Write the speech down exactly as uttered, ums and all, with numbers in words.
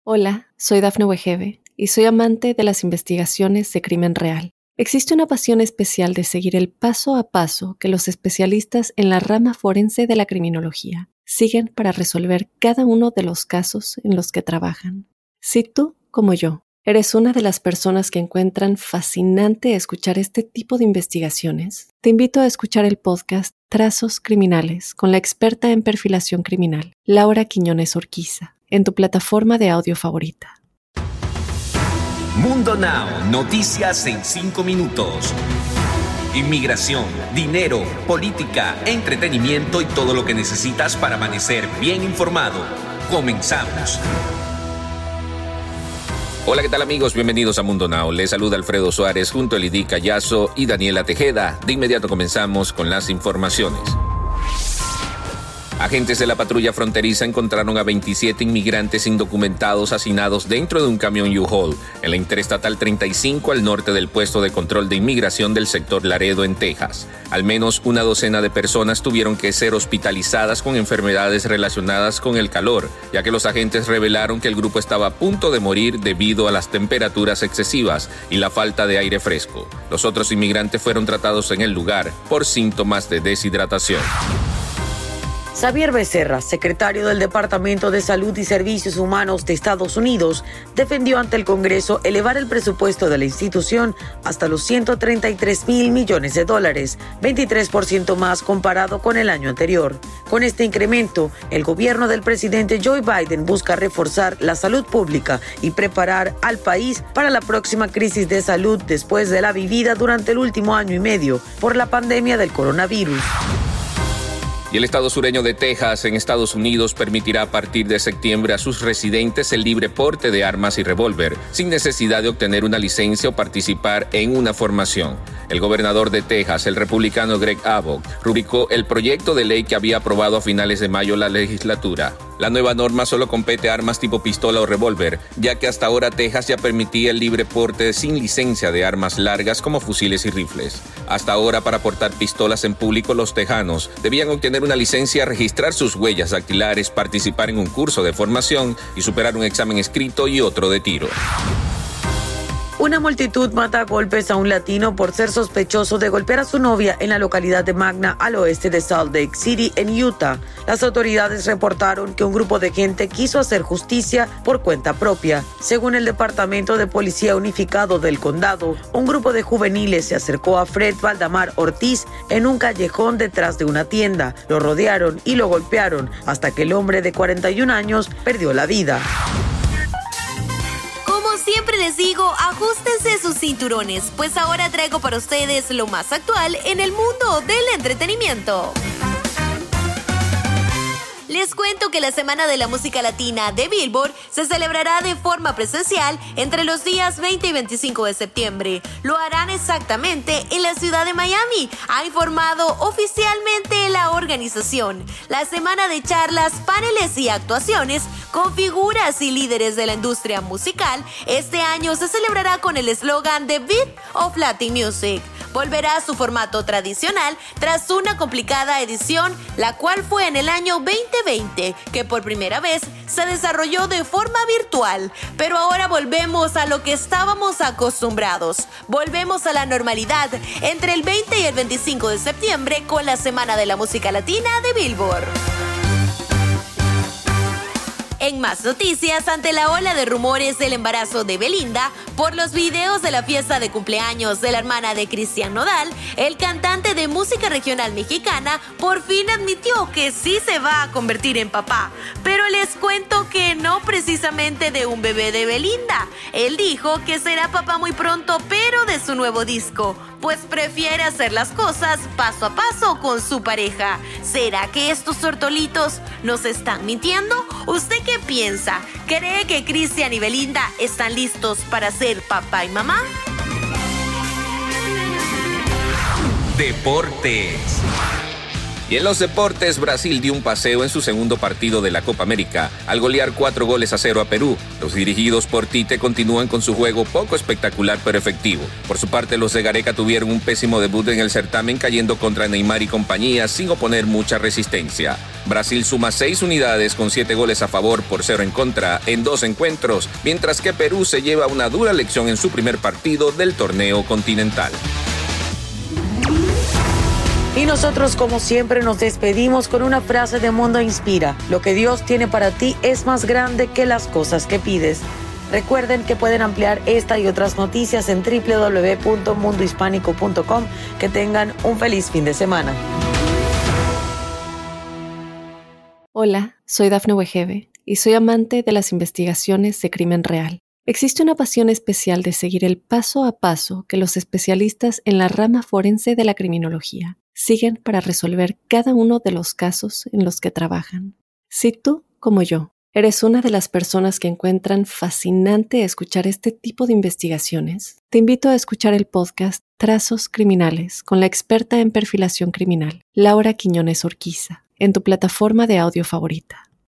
Hola, soy Dafne Wegebe y soy amante de las investigaciones de crimen real. Existe una pasión especial de seguir el paso a paso que los especialistas en la rama forense de la criminología siguen para resolver cada uno de los casos en los que trabajan. Si tú, como yo, eres una de las personas que encuentran fascinante escuchar este tipo de investigaciones, te invito a escuchar el podcast Trazos Criminales con la experta en perfilación criminal, Laura Quiñones Orquiza, en tu plataforma de audio favorita. Mundo Now, noticias en cinco minutos. Inmigración, dinero, política, entretenimiento y todo lo que necesitas para amanecer bien informado. Comenzamos. Hola, ¿qué tal amigos? Bienvenidos a Mundo Now. Les saluda Alfredo Suárez junto a Lidy Callazo y Daniela Tejeda. De inmediato comenzamos con las informaciones. Agentes de la patrulla fronteriza encontraron a veintisiete inmigrantes indocumentados hacinados dentro de un camión U-Haul en la Interestatal treinta y cinco al norte del puesto de control de inmigración del sector Laredo en Texas. Al menos una docena de personas tuvieron que ser hospitalizadas con enfermedades relacionadas con el calor, ya que los agentes revelaron que el grupo estaba a punto de morir debido a las temperaturas excesivas y la falta de aire fresco. Los otros inmigrantes fueron tratados en el lugar por síntomas de deshidratación. Xavier Becerra, secretario del Departamento de Salud y Servicios Humanos de Estados Unidos, defendió ante el Congreso elevar el presupuesto de la institución hasta los ciento treinta y tres mil millones de dólares, veintitrés por ciento más comparado con el año anterior. Con este incremento, el gobierno del presidente Joe Biden busca reforzar la salud pública y preparar al país para la próxima crisis de salud después de la vivida durante el último año y medio por la pandemia del coronavirus. Y el estado sureño de Texas, en Estados Unidos, permitirá a partir de septiembre a sus residentes el libre porte de armas y revólver, sin necesidad de obtener una licencia o participar en una formación. El gobernador de Texas, el republicano Greg Abbott, rubricó el proyecto de ley que había aprobado a finales de mayo la legislatura. La nueva norma solo compete a armas tipo pistola o revólver, ya que hasta ahora Texas ya permitía el libre porte sin licencia de armas largas como fusiles y rifles. Hasta ahora, para portar pistolas en público, los tejanos debían obtener una licencia, registrar sus huellas dactilares, participar en un curso de formación y superar un examen escrito y otro de tiro. Una multitud mata a golpes a un latino por ser sospechoso de golpear a su novia en la localidad de Magna, al oeste de Salt Lake City, en Utah. Las autoridades reportaron que un grupo de gente quiso hacer justicia por cuenta propia. Según el Departamento de Policía Unificado del Condado, un grupo de juveniles se acercó a Fred Valdamar Ortiz en un callejón detrás de una tienda. Lo rodearon y lo golpearon hasta que el hombre de cuarenta y un años perdió la vida. Siempre les digo, ajustense sus cinturones, pues ahora traigo para ustedes lo más actual en el mundo del entretenimiento. Les cuento que la Semana de la Música Latina de Billboard se celebrará de forma presencial entre los días veinte y veinticinco de septiembre. Lo harán exactamente en la ciudad de Miami, ha informado oficialmente la organización. La semana de charlas, paneles y actuaciones con figuras y líderes de la industria musical este año se celebrará con el eslogan The Beat of Latin Music. Volverá a su formato tradicional tras una complicada edición, la cual fue en el año veinte veinte, que por primera vez se desarrolló de forma virtual. Pero ahora volvemos a lo que estábamos acostumbrados. Volvemos a la normalidad entre el veinte y el veinticinco de septiembre con la Semana de la Música Latina de Billboard. En más noticias, ante la ola de rumores del embarazo de Belinda por los videos de la fiesta de cumpleaños de la hermana de Cristian Nodal, el cantante de música regional mexicana por fin admitió que sí se va a convertir en papá. Pero les cuento que no precisamente de un bebé de Belinda. Él dijo que será papá muy pronto, pero de su nuevo disco, pues prefiere hacer las cosas paso a paso con su pareja. ¿Será que estos tortolitos nos están mintiendo? ¿Usted qué piensa? ¿Cree que Cristian y Belinda están listos para ser papá y mamá? Deportes. Y en los deportes, Brasil dio un paseo en su segundo partido de la Copa América al golear cuatro goles a cero a Perú. Los dirigidos por Tite continúan con su juego poco espectacular pero efectivo. Por su parte, los de Gareca tuvieron un pésimo debut en el certamen, cayendo contra Neymar y compañía sin oponer mucha resistencia. Brasil suma seis unidades con siete goles a favor por cero en contra en dos encuentros, mientras que Perú se lleva una dura lección en su primer partido del torneo continental. Y nosotros, como siempre, nos despedimos con una frase de Mundo Inspira. Lo que Dios tiene para ti es más grande que las cosas que pides. Recuerden que pueden ampliar esta y otras noticias en doble u doble u doble u punto mundo hispánico punto com. Que tengan un feliz fin de semana. Hola, soy Dafne Wegebe y soy amante de las investigaciones de crimen real. Existe una pasión especial de seguir el paso a paso que los especialistas en la rama forense de la criminología siguen para resolver cada uno de los casos en los que trabajan. Si tú, como yo, eres una de las personas que encuentran fascinante escuchar este tipo de investigaciones, te invito a escuchar el podcast Trazos Criminales con la experta en perfilación criminal, Laura Quiñones Orquiza, en tu plataforma de audio favorita.